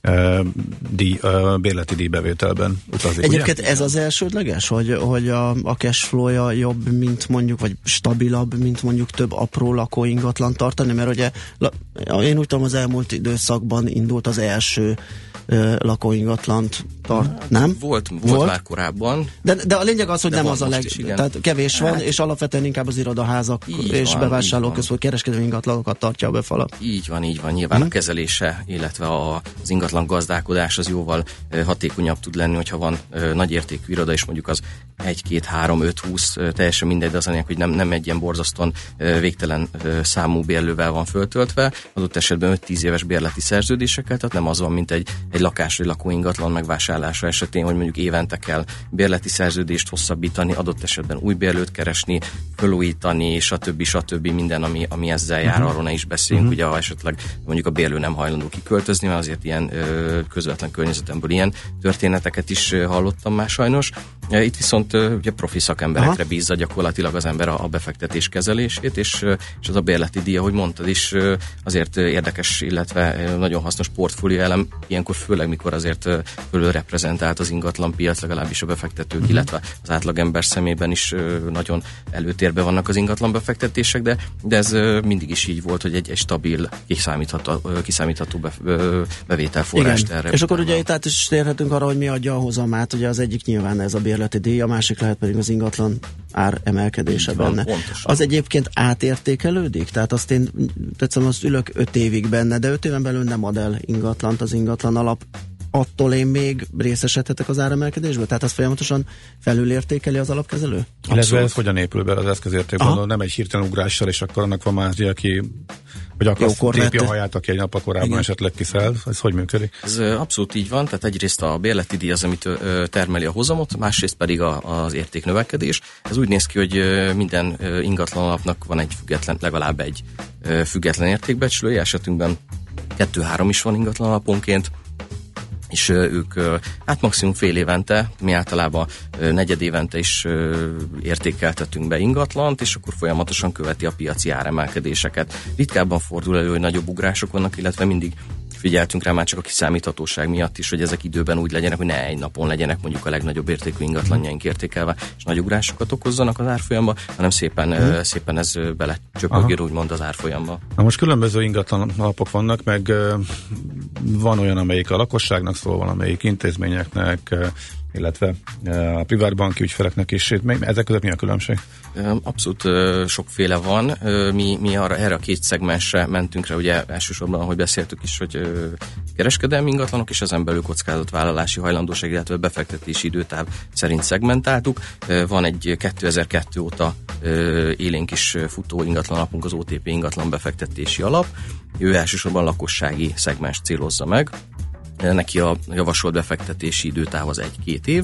bérleti díjbevételben utazik. Egyébként ugye? ez az elsődleges, hogy a cash flow-ja jobb, mint mondjuk, vagy stabilabb, mint mondjuk több apró lakóingatlan tartani, mert ugye én úgy tudom, az elmúlt időszakban indult az első lakóingatlant nem? Volt már korábban. De a lényeg az, hogy nem az a tehát kevés van, és alapvetően inkább az irodaházak és bevásárlóközpont kereskedelmi ingatlanokat tartja a befala. Így van. Nyilván a kezelése, illetve az ingatlan gazdálkodás az jóval hatékonyabb tud lenni, hogyha van nagy értékű iroda, és mondjuk az 1, 2, 3, 5, 20, teljesen mindegy, de az anyag, hogy nem egy ilyen borzasztóan végtelen számú bérlővel van föltöltve, adott esetben 5-10 éves bérleti szerződésekkel, tehát nem az van, mint egy lakás vagy lakóingatlan megvásárlása esetén, hogy mondjuk évente kell bérleti szerződést hosszabbítani, adott esetben új bérlőt keresni, felújítani, stb. Minden, ami ezzel jár, arról ne is beszéljünk, ugye ha esetleg mondjuk a bérlő nem hajlandó kiköltözni, mert azért ilyen közvetlen környezetemből ilyen történeteket is hallottam már sajnos. Itt viszont ugye profi szakemberekre bízza gyakorlatilag az ember a befektetés kezelését, és az a bérleti díj, ahogy mondtad is, azért érdekes, illetve nagyon hasznos portfólió elem, ilyenkor főleg, mikor azért fölül reprezentált az ingatlan piac, legalábbis a befektetők, illetve az átlagember szemében is nagyon előtérben vannak az ingatlan befektetések, de ez mindig is így volt, hogy egy stabil, kiszámítható bevételforrást erre. És akkor ugye itt át is térhetünk arra, hogy mi adja a hozamát, ugye az egyik nyilván ez a bérleti díj, a másik lehet pedig az ingatlan ár emelkedése benne. Az egyébként átértékelődik? Tehát azt én tetszem, azt ülök 5 évig benne, de 5 éven belül nem ad el ingatlant az ingatlan alap. Attól én még részesedhetek az áremelkedésből? Tehát azt folyamatosan felülértékeli az alapkezelő? Illetve ez hogyan épül be az eszközértékben? Nem egy hirtelen ugrással, és akkor annak van más, aki vagy akkor tépi a haját, aki egy nappal korábban esetleg kiszáll. Ez hogy működik? Ez abszolút így van, tehát egyrészt a bérleti díj az, amit termeli a hozamot, másrészt pedig az értéknövekedés. Ez úgy néz ki, hogy minden ingatlan alapnak van legalább egy független értékbecslője, esetünkben 2-3 is van ingatlan alaponként, és ők hát maximum fél évente, mi általában negyed évente is értékeltetünk be ingatlant, és akkor folyamatosan követi a piaci áremelkedéseket. Ritkábban fordul elő, hogy nagyobb ugrások vannak, illetve mindig figyeltünk rá már csak a kiszámíthatóság miatt is, hogy ezek időben úgy legyenek, hogy ne egy napon legyenek mondjuk a legnagyobb értékű ingatlanjaink értékelve, és nagy ugrásokat okozzanak az árfolyamba, hanem szépen ez belecsöpögér úgymond az árfolyamba. Na most különböző ingatlan alapok vannak, meg van olyan, amelyik a lakosságnak szól, van amelyik intézményeknek, illetve a privátbanki ügyfeleknek is. Ezek között mi a különbség? Abszolút sokféle van. Mi erre a két szegmensre mentünk rá, ugye elsősorban, ahogy beszéltük is, hogy kereskedelmi ingatlanok és ezen belül kockázatvállalási hajlandóság, illetve befektetési időtáv szerint szegmentáltuk. Van egy 2002 óta élénk is futó ingatlan alapunk, az OTP ingatlan befektetési alap. Ő elsősorban lakossági szegmens célozza meg. Neki a javasolt befektetési időtáv az 1-2 év,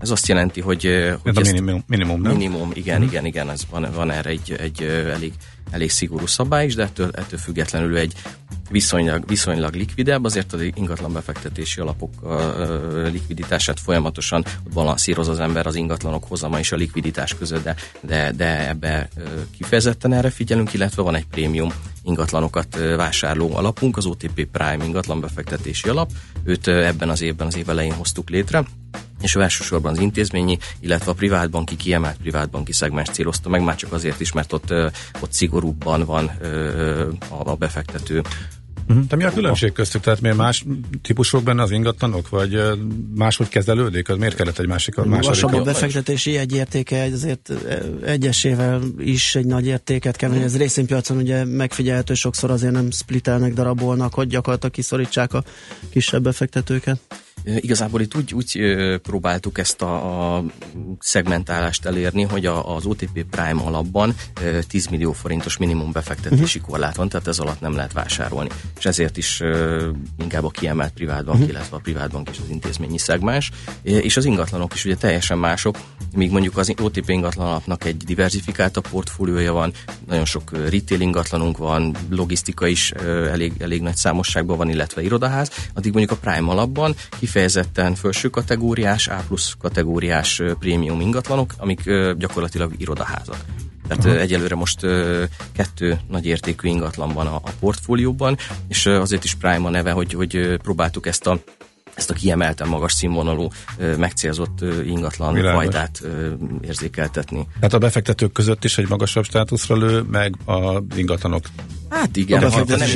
Ez azt jelenti, hogy ez a minimum, nem? Minimum, igen, ez van erre egy elég szigorú szabály is, de ettől függetlenül egy viszonylag likvidebb, azért az ingatlan befektetési alapok likviditását folyamatosan balanszíroz az ember az ingatlanok hozama és a likviditás között, de ebbe kifejezetten erre figyelünk, illetve van egy prémium ingatlanokat vásárló alapunk, az OTP Prime ingatlan befektetési alap, őt ebben az évben, az év elején hoztuk létre, és elsősorban az intézményi, illetve a privátbanki, kiemelt privátbanki szegmens célozta meg, már csak azért is, mert ott szigorúbban van a befektető. De mi a különbség köztük? Tehát miért más típusok benne az ingatlanok, vagy máshogy kezelődik? Az miért kellett egy második? Magasabb a befektetési jegyértéke, azért egyesével is egy nagy értéket kell, hogy ez részvénypiacon ugye megfigyelhető, sokszor azért nem splittelnek, darabolnak, hogy gyakorlatilag kiszorítsák a kisebb befektetőket. Igazából itt úgy próbáltuk ezt a szegmentálást elérni, hogy az OTP Prime alapban 10 millió forintos minimum befektetési korlát van, tehát ez alatt nem lehet vásárolni. És ezért is inkább a kiemelt privátbank, illetve a privátbank és az intézményi szegmens. És az ingatlanok is ugye teljesen mások, míg mondjuk az OTP ingatlan alapnak egy diversifikáltabb portfóliója van, nagyon sok retail ingatlanunk van, logisztika is elég nagy számosságban van, illetve irodaház, addig mondjuk a Prime alapban kifejezetten felső kategóriás, A+ kategóriás prémium ingatlanok, amik gyakorlatilag irodaházak. Tehát egyelőre most 2 nagy értékű ingatlan van a portfólióban, és azért is Prime a neve, hogy próbáltuk ezt a kiemelten magas színvonalú, megcélzott ingatlan fajtát érzékeltetni. Tehát a befektetők között is egy magasabb státuszra lő, meg az ingatlanok. Hát igen,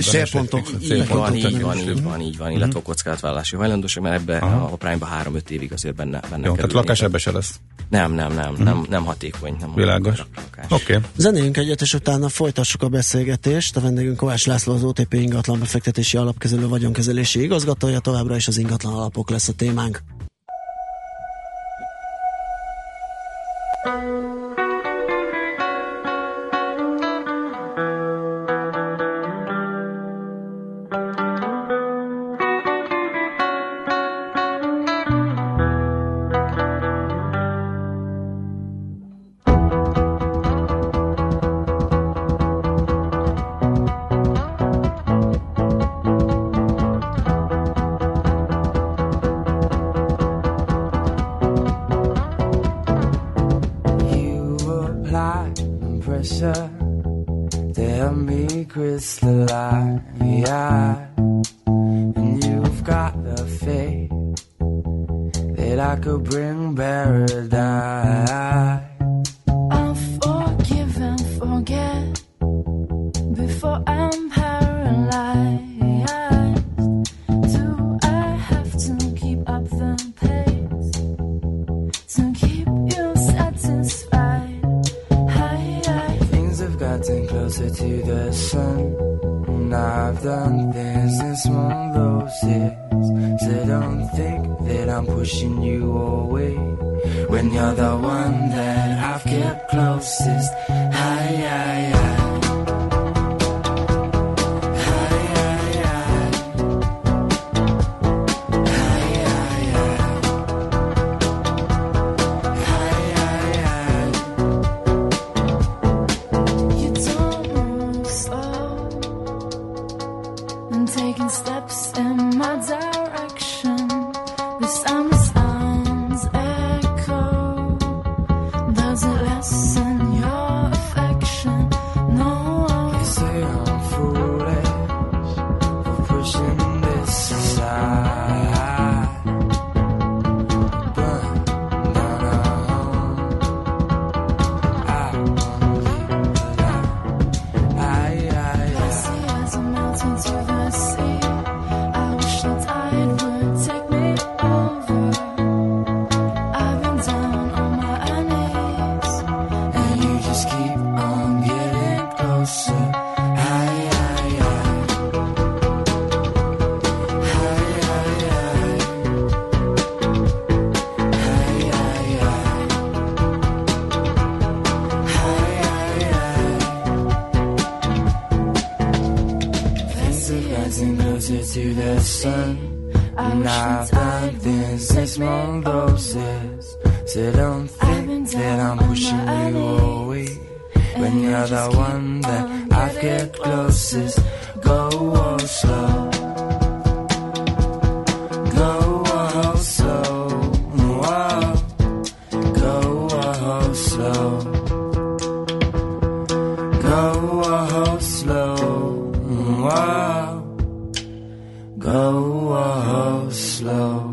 így van, illetve a kockázatvállalási hajlandóság, mert ebbe a Prime-ba 3-5 évig azért benne jó, tehát lakás ebbe se lesz. Nem hatékony. Világos. Oké. Zenéljünk egyet, és utána folytassuk a beszélgetést. A vendégünk Kovács László, az OTP ingatlan befektetési alapkezelő vagyonkezelési igazgatója, továbbra is az ingatlan alapok lesz a témánk. Tell me crystalline, and you've got the faith that I could bring paradise. I'll forgive and forget before I'm paralyzed. Do I have to keep up the pace to keep you satisfied? Things have gotten closer to the sun, and I've done things in small doses. So don't think that I'm pushing you away when you're the one that I've kept closest. Taking steps in my direction. The sounds echo. Does it lessen your affection? No. You say I'm foolish for pushing this aside. Burn down our home. I wanna leave alive. I see as I'm melting to the sea. I wish the tide would take me over. I've been down on my knees, and you just keep on getting closer. Things are getting closer to the sun, and I've done things in small doses. So don't think that I'm pushing you away when you're the one that I get closest. Go all slow. Go all slow. Wow. Go all slow. Go all slow. Wow. Go all slow.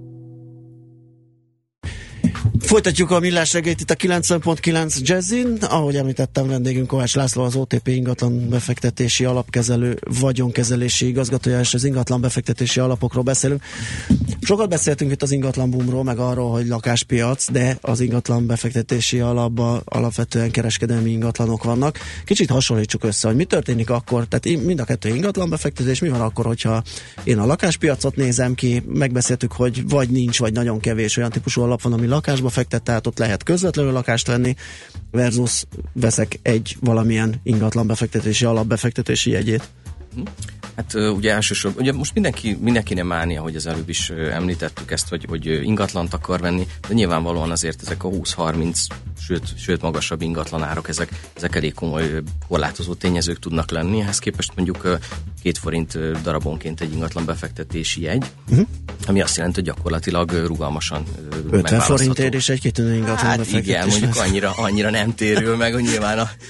Folytatjuk a millás reggelyt itt a 90.9 Jazzin. Ahogy említettem, vendégünk Kovács László, az OTP ingatlan befektetési alapkezelő vagyonkezelési igazgatója, és az ingatlan befektetési alapokról beszélünk. Sokat beszéltünk itt az ingatlan boomról, meg arról, hogy lakáspiac, de az ingatlan befektetési alapban alapvetően kereskedelmi ingatlanok vannak. Kicsit hasonlítsuk össze, hogy mi történik akkor, tehát mind a kettő ingatlan befektetés, mi van akkor, hogyha én a lakáspiacot nézem ki, megbeszéltük, hogy vagy nincs, vagy nagyon kevés olyan típusú alap van, ami lakásba fektet, tehát ott lehet közvetlenül lakást venni, versus veszek egy valamilyen ingatlan befektetési alapbefektetési jegyét. Hát ugye elsősorban, ugye most mindenkinek mánia, hogy az előbb is említettük ezt, hogy ingatlant akar venni, de nyilvánvalóan azért ezek a 20-30, sőt magasabb ingatlanárak, ezek elég komoly korlátozó tényezők tudnak lenni. Ehhez képest mondjuk 2 forint darabonként egy ingatlan befektetési jegy, ami azt jelenti, hogy gyakorlatilag rugalmasan 50 forintért is egy kitűnő ingatlan befektetés. Igen, mondjuk annyira nem térül meg, hogy nyilván a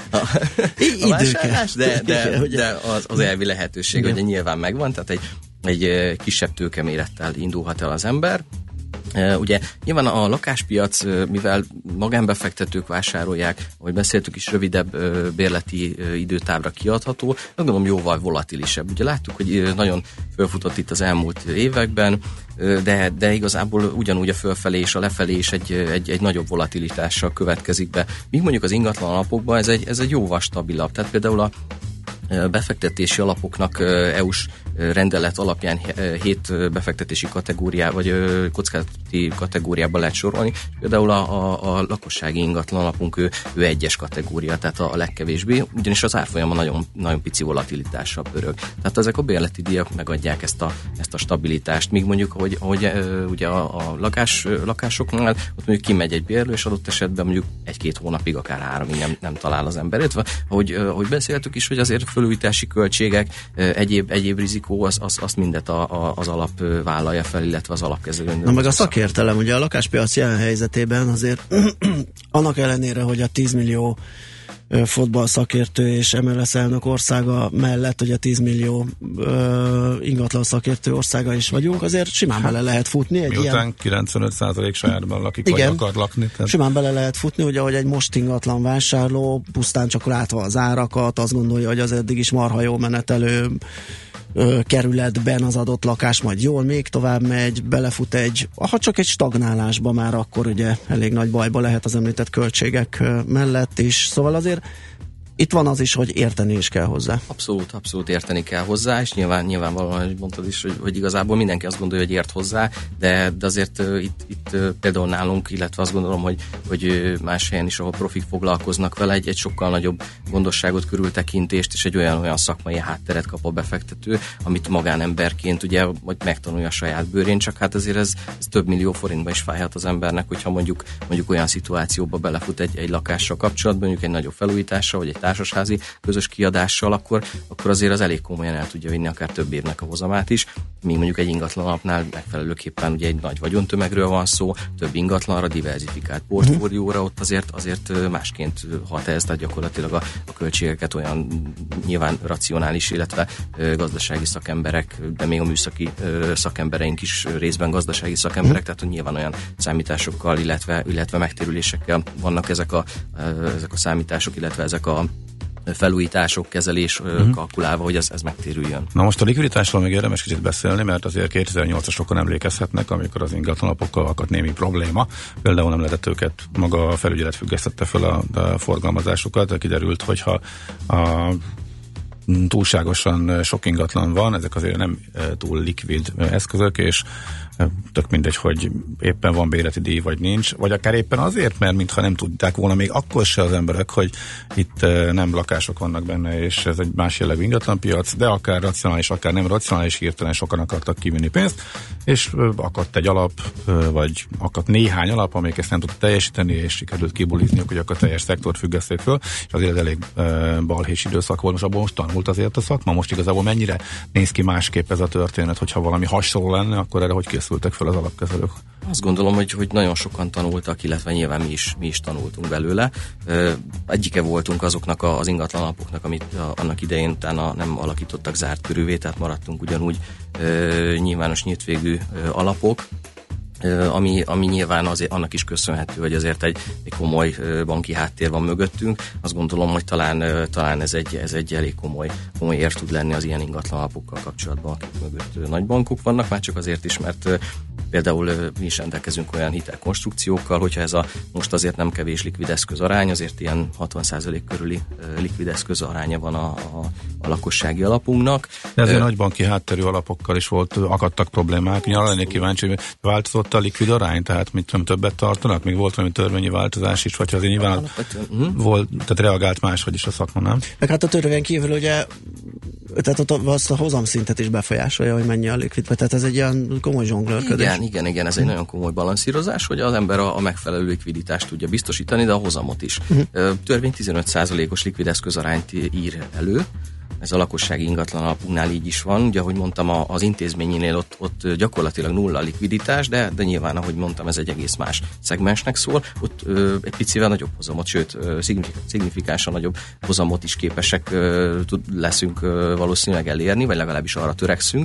vásárlás, de az elvi lehetőség, hogy nyilván megvan, tehát egy kisebb tőkemérettel indulhat el az ember. Ugye nyilván a lakáspiac, mivel magánbefektetők vásárolják, ahogy beszéltük is, rövidebb bérleti időtávra kiadható, gondolom jóval volatilisebb. Ugye láttuk, hogy nagyon fölfutott itt az elmúlt években, de igazából ugyanúgy a fölfelé és a lefelé is egy nagyobb volatilitással következik be. Míg mondjuk az ingatlan alapokban ez egy jóval stabilabb. Tehát például a befektetési alapoknak EU-s rendelet alapján 7 befektetési kategóriá, vagy kockázati kategóriában lehet sorolni. Például a lakossági ingatlan alapunk ő egyes kategória, tehát a legkevésbé, ugyanis az árfolyama nagyon, nagyon pici volatilitással pörög. Tehát ezek a bérleti díjak megadják ezt a stabilitást, míg mondjuk, hogy ugye a lakásoknál ott mondjuk kimegy egy bérlő, és adott esetben mondjuk 1-2 hónapig, akár 3-ig nem talál az ember. Illetve, ahogy beszéltük is, hogy azért fölújítási költségek, egyéb rizikó, azt mindet az alap vállalja fel, illetve az alapkezelő. Na meg a szakértelem, ugye a lakáspiac jelen helyzetében azért annak ellenére, hogy a 10 millió fotball-szakértő és MLS elnök országa mellett, hogy a 10 millió ingatlan szakértő országa is vagyunk, azért simán bele lehet futni. Miután 95% sajátban lakik, igen, vagy akar lakni. Tehát... Simán bele lehet futni, hogy ahogy egy most ingatlan vásárló pusztán csak látva az árakat, azt gondolja, hogy az eddig is marha jó menetelő kerületben az adott lakás majd jól még tovább megy, belefut ha csak egy stagnálásba már, akkor ugye elég nagy bajba lehet az említett költségek mellett is. Szóval azért itt van az is, hogy érteni is kell hozzá. Abszolút érteni kell hozzá, és nyilvánvalóan, hogy mondtad is, hogy igazából mindenki azt gondolja, hogy ért hozzá, de azért itt például nálunk, illetve azt gondolom, hogy más helyen is, ahol profik foglalkoznak vele, egy sokkal nagyobb gondosságot, körültekintést, és egy olyan szakmai hátteret kap a befektető, amit magánemberként ugye megtanulja a saját bőrén, csak hát azért ez több millió forintba is fájhat az embernek, hogyha mondjuk olyan szituációba belefut egy lakással kapcsolatban, mondjuk egy nagyobb felújítással, vagy egy társasházi közös kiadással, akkor azért az elég komolyan el tudja vinni akár több évnek a hozamát is, míg mondjuk egy ingatlan alapnál megfelelőképpen ugye egy nagy vagyontömegről van szó, több ingatlanra, diverzifikált portfólióra, ott azért másként hat ez, tehát gyakorlatilag a költségeket olyan nyilván racionális, illetve gazdasági szakemberek, de még a műszaki szakembereink is részben gazdasági szakemberek, tehát nyilván olyan számításokkal, illetve megtérülésekkel vannak ezek a számítások, illetve ezek a felújítások, kezelés kalkulálva, hogy ez megtérüljön. Na most a likviditásról még érdemes kicsit beszélni, mert azért 2008-asokon emlékezhetnek, amikor az ingatlanapokkal akadt némi probléma. Például nem lehetett őket, maga a felügyelet függesztette fel a forgalmazásukat, de kiderült, hogyha túlságosan sok ingatlan van, ezek azért nem túl likvid eszközök, és tök mindegy, hogy éppen van bérleti díj, vagy nincs, vagy akár éppen azért, mert mintha nem tudták volna még akkor se az emberek, hogy itt nem lakások vannak benne, és ez egy más jellegű ingatlanpiac, de akár racionális, akár nem racionális, hirtelen sokan akartak kivinni pénzt, és akadt egy alap, vagy akadt néhány alap, amelyek ezt nem tudta teljesíteni, és sikerült kibulizniuk, hogy akkor a teljes szektort függeszték föl, és azért ez elég balhés időszak volt, most abból most tanult azért a szakma, most igazából mennyire néz ki másképp ez a történet, hogyha valami hasonló lenne, akkor erre hogy készültek fel az alapkezelők? Azt gondolom, hogy nagyon sokan tanultak, illetve nyilván mi is tanultunk belőle. Egyike voltunk azoknak az ingatlan alapoknak, amit annak idején utána nem alakítottak zárt körülvé, tehát maradtunk ugyanúgy nyilvános nyíltvégű alapok, ami nyilván azért annak is köszönhető, hogy azért egy komoly banki háttér van mögöttünk. Azt gondolom, hogy talán ez egy elég komoly ér tud lenni az ilyen ingatlan alapokkal kapcsolatban, akik mögött nagy bankok vannak, már csak azért is, mert például mi is rendelkezünk olyan hitelkonstrukciókkal, hogyha ez a most azért nem kevés likvid eszköz arány, azért ilyen 60% körüli likvid eszköz aránya van a lakossági alapunknak. De ezért nagybanki hátterű alapokkal is akadtak problémák. Arra lennék kíváncsi, hogy változott a likvid arány, tehát mit tudom, többet tartanak? Még volt valami törvényi változás is, vagy azért nyilván volt, tehát reagált máshogy is a szakma, nem? Meg hát a törvény kívül ugye, tehát ott azt a hozamszintet is befolyásolja, hogy mennyi a likvid, tehát ez egy ilyen komoly zsonglőrködés. Igen, ez egy nagyon komoly balanszírozás, hogy az ember a megfelelő likviditást tudja biztosítani, de a hozamot is. Törvény 15%-os likvid eszközarányt ír elő, ez a lakossági ingatlan alapunknál így is van. Ugye, ahogy mondtam, az intézményénél ott gyakorlatilag nulla likviditás, de nyilván, ahogy mondtam, ez egy egész más szegmensnek szól. Ott egy picivel nagyobb hozamot, sőt, szignifikánsan nagyobb hozamot is képesek leszünk valószínűleg elérni, vagy legalábbis arra törekszünk.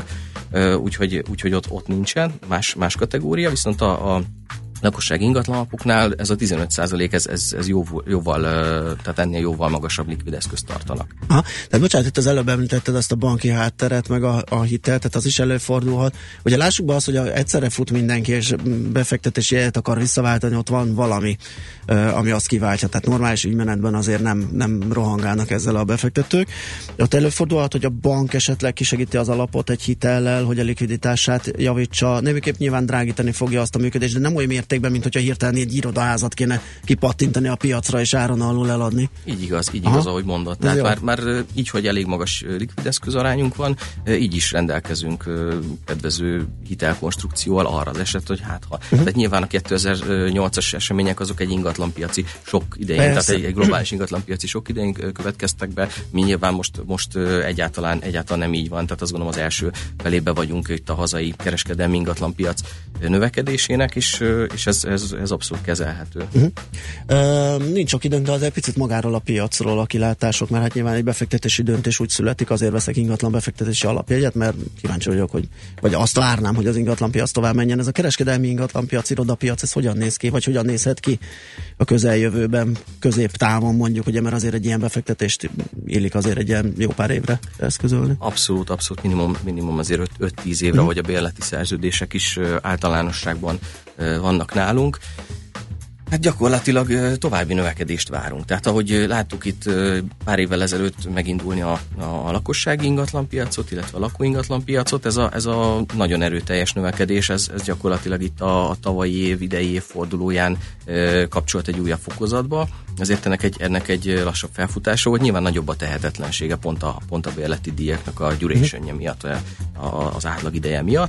Úgyhogy ott nincsen más kategória, viszont a lakossági ingatlanalapoknál ez a 15% ez jóval, tehát ennél jóval magasabb likvid eszközt tartanak. Aha, tehát bocsánat, itt az előbb említetted azt a banki hátteret, meg a hitelt, tehát az is előfordulhat. Ugye lássuk be azt, hogy egyszerre fut mindenki, és befektetési jegyet akar visszaváltani, ott van valami, ami azt kiváltja. Tehát normális ügymenetben azért nem rohangálnak ezzel a befektetők. Ott előfordulhat, hogy a bank esetleg kisegíti az alapot egy hitellel, hogy a likviditását javítsa. Neműképp nyilván drágítani fogja azt a működést, de nem olyan mértékben, mint hogyha hirtelen egy irodaházat kéne kipattintani a piacra és áron alul eladni. Így igaz, ahogy mondott. Tehát már így, hogy elég magas likvid eszközarányunk van, így is rendelkezünk kedvező hitelkonstrukcióval arra az eset, hogy tehát nyilván a 2008-as események azok egy ingatlanpiaci sok idején, tehát egy globális ingatlanpiaci sok idején következtek be. Mi nyilván most egyáltalán nem így van, tehát azt gondolom az első felébe vagyunk itt a hazai kereskedelmi ingatlanpiac növekedésének, és ez abszolút kezelhető. Nincs sok időnk, de azért picit magáról a piacról a kilátások, mert hát nyilván egy befektetési döntés úgy születik, azért veszek ingatlan befektetési alapjegyet, mert kíváncsi vagyok, vagy azt várnám, hogy az ingatlanpiac tovább menjen. Ez a kereskedelmi ingatlanpiac, irodapiac, ez hogyan néz ki, vagy hogyan nézhet ki a közeljövőben, középtávon mondjuk, ugye, mert azért egy ilyen befektetést illik azért egy ilyen jó pár évre eszközölni. Abszolút, minimum azért 5-10 évre, hogy a bérleti szerződések is általánosságban vannak nálunk. Hát gyakorlatilag további növekedést várunk. Tehát ahogy láttuk itt pár évvel ezelőtt megindulni a lakossági ingatlanpiacot, illetve a lakóingatlanpiacot, ez a nagyon erőteljes növekedés, ez gyakorlatilag itt a tavalyi év, idei év fordulóján kapcsolt egy újabb fokozatba. Ezért ennek egy lassabb felfutása volt. Nyilván nagyobb a tehetetlensége pont a bérleti díjaknak a duration-je miatt, az átlag ideje miatt.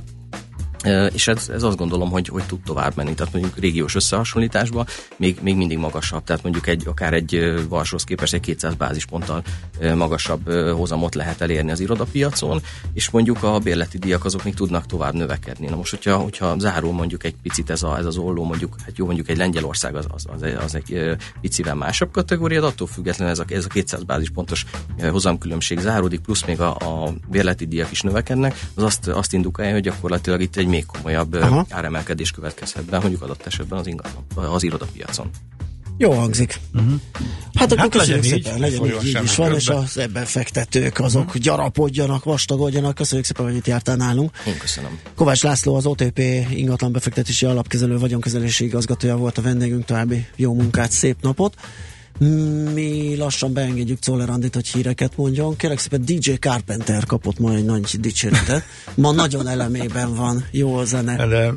És ez azt gondolom, hogy tud tovább menni. Tehát mondjuk régiós összehasonlításban még mindig magasabb. Tehát mondjuk akár egy Varsóhoz képest egy 200 bázisponttal magasabb hozamot lehet elérni az irodapiacon, és mondjuk a bérleti díjak azok még tudnak tovább növekedni. Na most, hogyha zárul mondjuk egy picit ez az olló, mondjuk egy Lengyelország az egy picivel másabb kategória, de attól függetlenül ez a 200 bázispontos hozamkülönbség záródik, plusz még a bérleti díjak is növekednek, az azt indukálja, hogy gyakorlatilag itt egy még komolyabb áremelkedés következhet be, mondjuk adott esetben az irodapiacon. Jó hangzik. Hát akkor köszönjük szépen, legyen így is van, és az ebben fektetők, azok gyarapodjanak, vastagodjanak. Köszönjük szépen, hogy itt jártál nálunk. Én köszönöm. Kovács László, az OTP ingatlan befektetési alapkezelő vagyonkezelési igazgatója volt a vendégünk, további jó munkát, szép napot. Mi lassan beengedjük Czoller Andit, hogy híreket mondjon. Kérlek szépen DJ Carpenter kapott ma egy nagy dicséretet. Ma nagyon elemében van, jó a zene. De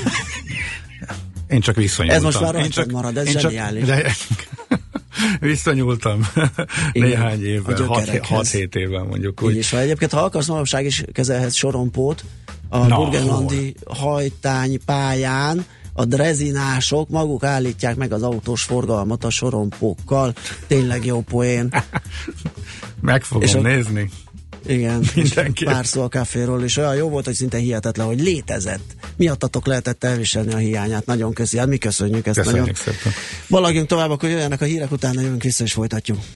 én csak visszanyúltam. Ez most már rajtad marad, ez zseniális. Visszanyúltam néhány évben, 6-7 évben mondjuk úgy. Így is van. Egyébként, ha akarsz, manapság is kezelhetsz sorompót a Burgenlandi hajtány pályán. A drezinások maguk állítják meg az autós forgalmat a sorompókkal. Tényleg jó poén. Meg fogom nézni. Igen, pár szó a kávéról, és olyan jó volt, hogy szinte hihetetlen, hogy létezett. Miattatok lehetett elviselni a hiányát. Nagyon köszi, hát mi köszönjük ezt. Köszönjük nagyon. Szépen. Valagjunk tovább, akkor jöjjenek a hírek, utána jövünk vissza és folytatjuk.